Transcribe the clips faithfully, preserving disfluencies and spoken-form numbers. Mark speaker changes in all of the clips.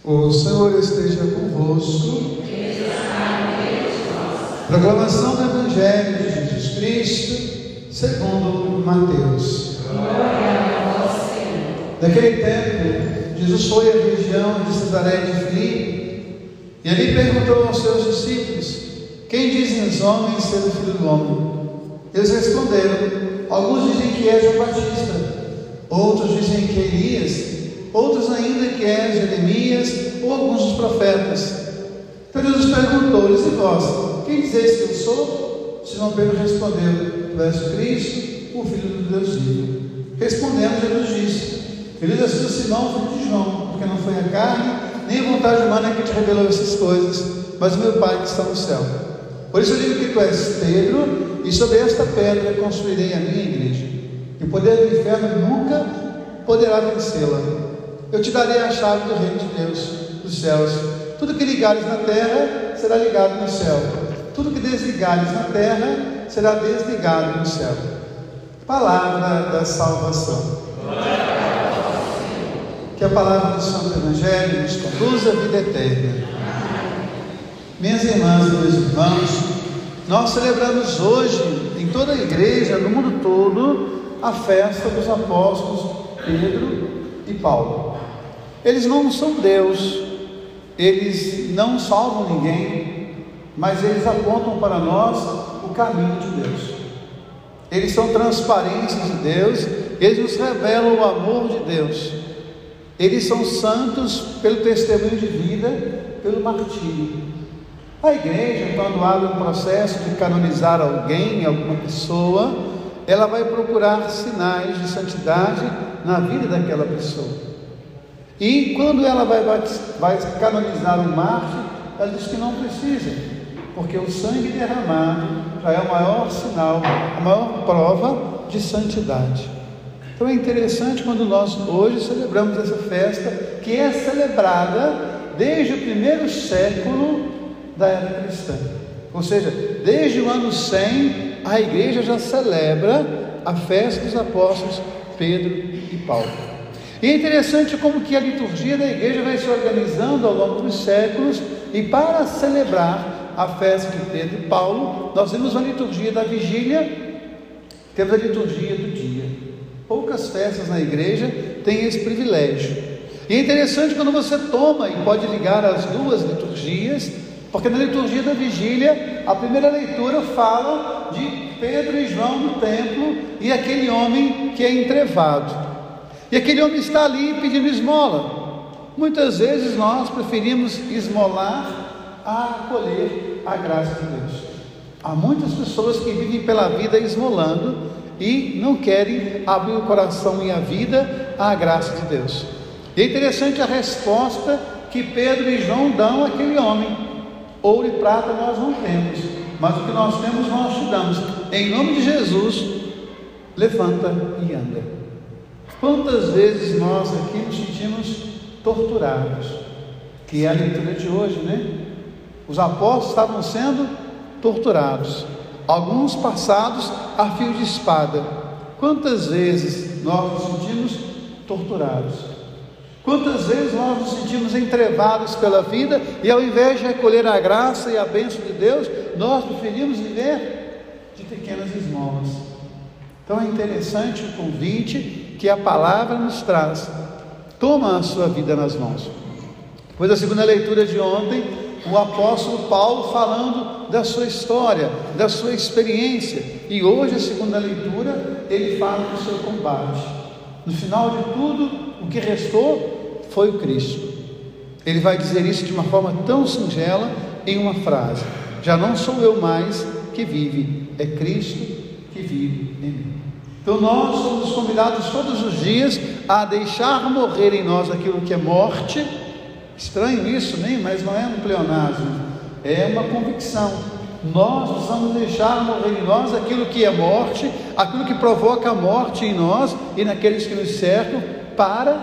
Speaker 1: O Senhor esteja convosco. Proclamação do Evangelho de Jesus Cristo, segundo Mateus. Naquele tempo, Jesus foi à região de Cesaré de Filipe e ali perguntou aos seus discípulos: quem dizem os homens ser o Filho do Homem? Eles responderam: alguns dizem que é João Batista, outros dizem que é Elias, outros ainda que é Jeremias ou alguns dos profetas. Então Jesus perguntou-lhes: e vós, quem dizeis que eu sou? Simão Pedro respondeu: tu és o Cristo, o Filho do Deus vivo. Respondendo, Jesus disse: feliz és tu, Simão, filho de João, porque não foi a carne nem a vontade humana que te revelou essas coisas, mas o meu Pai que está no céu. Por isso eu digo que tu és Pedro, e sobre esta pedra construirei a minha igreja, e o poder do inferno nunca poderá vencê-la. Eu te darei a chave do reino de Deus, dos céus. Tudo que ligares na terra será ligado no céu, tudo que desligares na terra será desligado no céu. Palavra da salvação. Que a palavra do Santo Evangelho nos conduza à vida eterna. Minhas irmãs e meus irmãos, nós celebramos hoje em toda a igreja, no mundo todo, a festa dos apóstolos Pedro e Paulo. Eles não são Deus, eles não salvam ninguém, mas eles apontam para nós o caminho de Deus. Eles são transparências de Deus, eles nos revelam o amor de Deus. Eles são santos pelo testemunho de vida, pelo martírio. A igreja, quando abre um processo de canonizar alguém, alguma pessoa, ela vai procurar sinais de santidade na vida daquela pessoa. E quando ela vai, vai canonizar um mártir, ela diz que não precisa, porque o sangue derramado já é o maior sinal, a maior prova de santidade. Então é interessante quando nós hoje celebramos essa festa, que é celebrada desde o primeiro século da era cristã. Ou seja, desde o ano cem, a igreja já celebra a festa dos apóstolos Pedro e Paulo. E é interessante como que a liturgia da igreja vai se organizando ao longo dos séculos, e para celebrar a festa de Pedro e Paulo, nós temos a liturgia da vigília, temos a liturgia do dia. Poucas festas na igreja têm esse privilégio. E é interessante quando você toma e pode ligar as duas liturgias, porque na liturgia da vigília, a primeira leitura fala de Pedro e João no templo e aquele homem que é entrevado. E aquele homem está ali pedindo esmola. Muitas vezes nós preferimos esmolar a acolher a graça de Deus. Há muitas pessoas que vivem pela vida esmolando e não querem abrir o coração e a vida à graça de Deus. E é interessante a resposta que Pedro e João dão àquele homem: ouro e prata nós não temos, mas o que nós temos nós te damos. Em nome de Jesus, levanta e anda. Quantas vezes nós aqui nos sentimos torturados? Que é a leitura de hoje, né? Os apóstolos estavam sendo torturados, alguns passados a fio de espada. Quantas vezes nós nos sentimos torturados? Quantas vezes nós nos sentimos entrevados pela vida e ao invés de recolher a graça e a bênção de Deus, nós preferimos viver de pequenas esmolas. Então é interessante o convite que a palavra nos traz. Toma a sua vida nas mãos. Depois da segunda leitura de ontem, o apóstolo Paulo falando da sua história, da sua experiência, e hoje a segunda leitura ele fala do seu combate. No final de tudo, o que restou foi o Cristo. Ele vai dizer isso de uma forma tão singela em uma frase: já não sou eu mais que vive, é Cristo que vive em mim. Então nós somos convidados todos os dias a deixar morrer em nós aquilo que é morte. Estranho isso, nem, mas não é um pleonasmo, é uma convicção. Nós precisamos deixar morrer em nós aquilo que é morte, aquilo que provoca a morte em nós e naqueles que nos cercam, para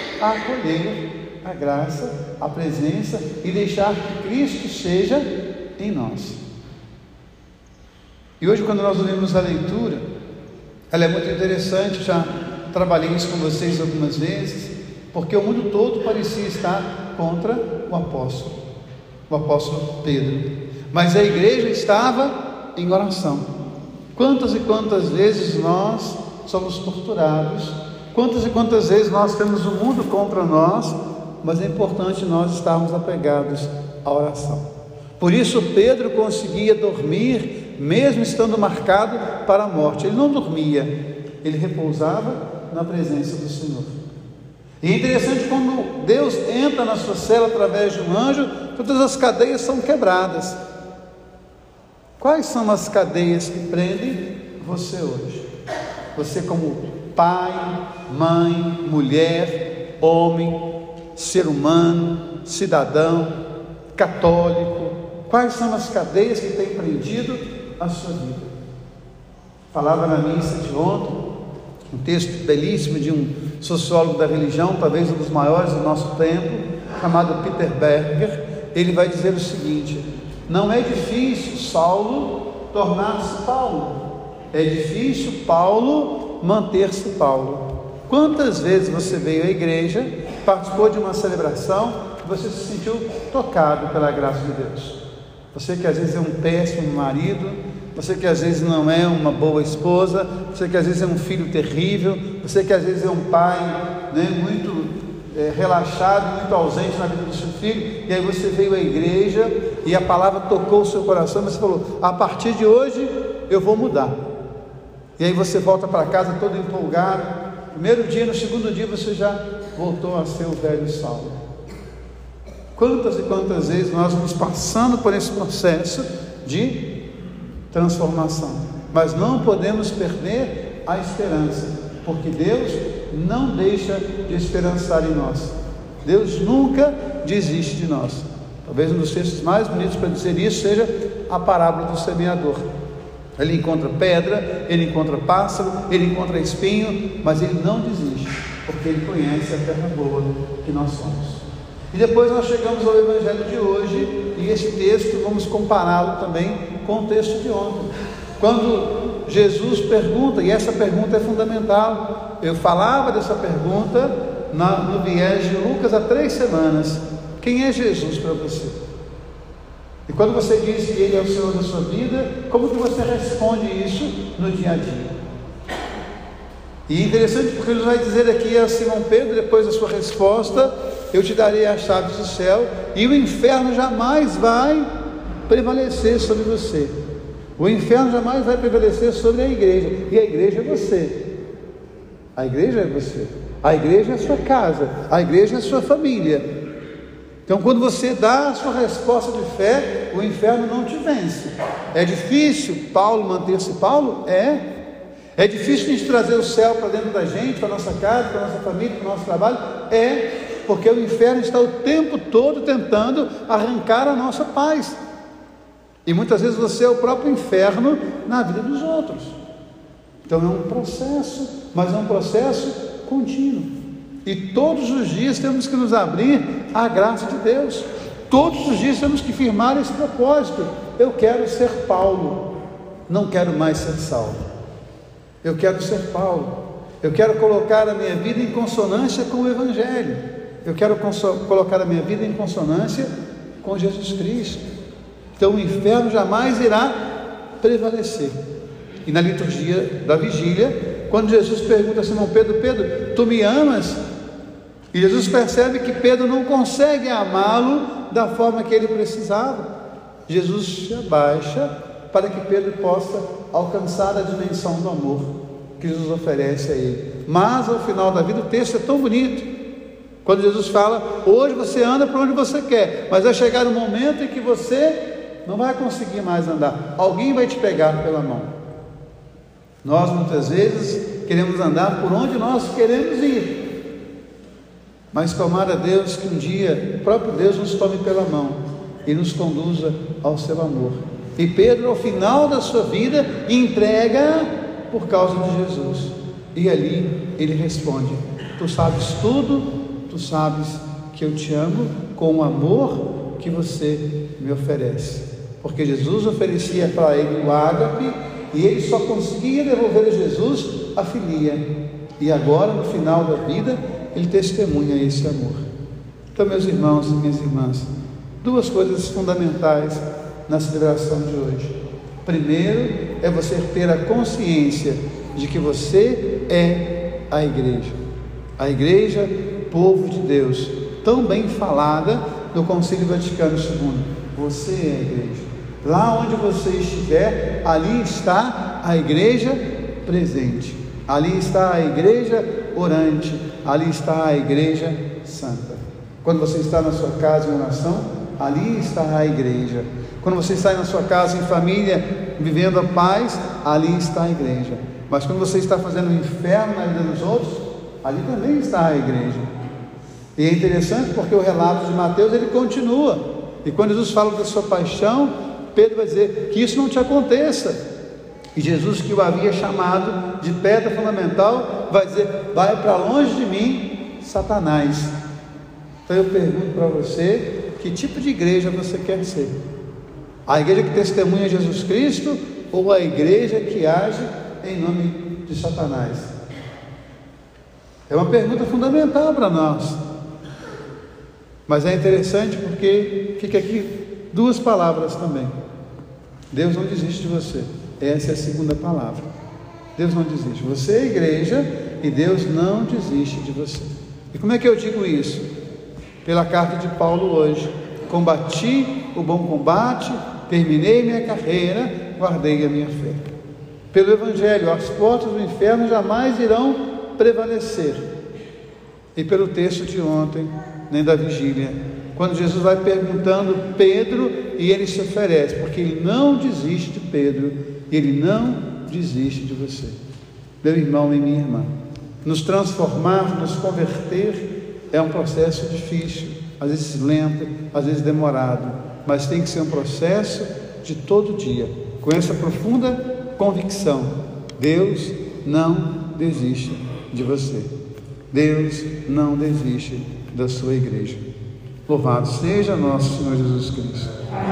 Speaker 1: acolher a graça, a presença e deixar que Cristo seja em nós. E hoje, quando nós lemos a leitura, ela é muito interessante. Já trabalhei isso com vocês algumas vezes. porque o mundo todo parecia estar contra o apóstolo, o apóstolo Pedro, mas a igreja estava em oração. Quantas e quantas vezes nós somos torturados, quantas e quantas vezes nós temos o mundo contra nós, mas é importante nós estarmos apegados à oração. Por isso Pedro conseguia dormir, mesmo estando marcado para a morte. Ele não dormia, ele repousava na presença do Senhor. E é interessante, quando Deus entra na sua cela através de um anjo, todas as cadeias são quebradas. Quais são as cadeias que prendem você hoje? Você como pai, mãe, mulher, homem, ser humano, cidadão, católico. Quais são as cadeias que têm prendido a sua vida? Falava na missa de ontem, um texto belíssimo de um sociólogo da religião, talvez um dos maiores do nosso tempo, chamado Peter Berger. Ele vai dizer o seguinte: não é difícil Saulo tornar-se Paulo, é difícil Paulo manter-se Paulo. Quantas vezes você veio à igreja, participou de uma celebração e você se sentiu tocado pela graça de Deus? Você que às vezes é um péssimo marido, você que às vezes não é uma boa esposa, você que às vezes é um filho terrível, você que às vezes é um pai, né, muito é, relaxado, muito ausente na vida do seu filho, e aí você veio à igreja e a palavra tocou o seu coração, e você falou: a partir de hoje eu vou mudar. E aí você volta para casa todo empolgado. Primeiro dia, no segundo dia você já voltou a ser o velho Saulo. Quantas e quantas vezes nós vamos passando por esse processo de transformação, mas não podemos perder a esperança, porque Deus não deixa de esperançar em nós. Deus nunca desiste de nós. Talvez um dos textos mais bonitos para dizer isso seja a parábola do semeador. Ele encontra pedra, ele encontra pássaro, ele encontra espinho, mas ele não desiste, porque ele conhece a terra boa que nós somos. E depois nós chegamos ao evangelho de hoje, e esse texto vamos compará-lo também com o texto de ontem, quando Jesus pergunta, e essa pergunta é fundamental. Eu falava dessa pergunta na, no viés de Lucas há três semanas: quem é Jesus para você? E quando você diz que Ele é o Senhor da sua vida, como que você responde isso no dia a dia? E é interessante porque Ele vai dizer aqui a Simão Pedro, depois da sua resposta: eu te darei as chaves do céu, e o inferno jamais vai prevalecer sobre você. O inferno jamais vai prevalecer sobre a igreja, e a igreja é você. A igreja é você. A igreja é a sua casa. A igreja é a sua família. Então, quando você dá a sua resposta de fé, o inferno não te vence. É difícil Paulo manter-se Paulo? É. É difícil a gente trazer o céu para dentro da gente, para a nossa casa, para a nossa família, para o nosso trabalho? É. Porque o inferno está o tempo todo tentando arrancar a nossa paz. E muitas vezes você é o próprio inferno na vida dos outros. Então é um processo, mas é um processo contínuo. E todos os dias temos que nos abrir à graça de Deus. Todos os dias temos que firmar esse propósito: eu quero ser Paulo, não quero mais ser Saulo. Eu quero ser Paulo. Eu quero colocar a minha vida em consonância com o Evangelho. Eu quero colocar a minha vida em consonância com Jesus Cristo. Então o inferno jamais irá prevalecer. E na liturgia da vigília, quando Jesus pergunta a Simão Pedro: Pedro, tu me amas? E Jesus percebe que Pedro não consegue amá-lo da forma que ele precisava. Jesus se abaixa para que Pedro possa alcançar a dimensão do amor que Jesus oferece a ele. Mas ao final da vida, o texto é tão bonito, quando Jesus fala: hoje você anda para onde você quer, mas vai chegar um momento em que você não vai conseguir mais andar, alguém vai te pegar pela mão. Nós muitas vezes queremos andar por onde nós queremos ir, mas tomara Deus que um dia o próprio Deus nos tome pela mão e nos conduza ao seu amor. E Pedro, ao final da sua vida, entrega por causa de Jesus, e ali ele responde: tu sabes tudo, tu sabes que eu te amo com o amor que você me oferece. Porque Jesus oferecia para ele o ágape, e ele só conseguia devolver a Jesus a filia. E agora, no final da vida, ele testemunha esse amor. Então, meus irmãos e minhas irmãs, duas coisas fundamentais na celebração de hoje. Primeiro, é você ter a consciência de que você é a igreja. A igreja, povo de Deus, tão bem falada no Concílio Vaticano segundo. Você é a igreja. Lá onde você estiver, ali está a igreja presente. Ali está a igreja orante. Ali está a igreja santa. Quando você está na sua casa em oração, ali está a igreja. Quando você está na sua casa em família, vivendo a paz, ali está a igreja. Mas quando você está fazendo o inferno na vida dos outros, ali também está a igreja. E é interessante porque o relato de Mateus, ele continua. E quando Jesus fala da sua paixão, Pedro vai dizer que isso não te aconteça. E Jesus, que o havia chamado de pedra fundamental, vai dizer: vai para longe de mim, Satanás. Então eu pergunto para você, que tipo de igreja você quer ser? A igreja que testemunha Jesus Cristo ou a igreja que age em nome de Satanás? É uma pergunta fundamental para nós. Mas é interessante porque fica aqui duas palavras também. Deus não desiste de você. Essa é a segunda palavra. Deus não desiste. Você é a igreja e Deus não desiste de você. E como é que eu digo isso? Pela carta de Paulo hoje: combati o bom combate, terminei minha carreira, guardei a minha fé. Pelo Evangelho, as portas do inferno jamais irão prevalecer. E pelo texto de ontem, nem da vigília, quando Jesus vai perguntando Pedro, e ele se oferece, porque ele não desiste de Pedro, ele não desiste de você. Meu irmão e minha irmã, nos transformar, nos converter é um processo difícil, às vezes lento, às vezes demorado, mas tem que ser um processo de todo dia, com essa profunda convicção: Deus não desiste de você, Deus não desiste da sua igreja. Louvado seja nosso Senhor Jesus Cristo.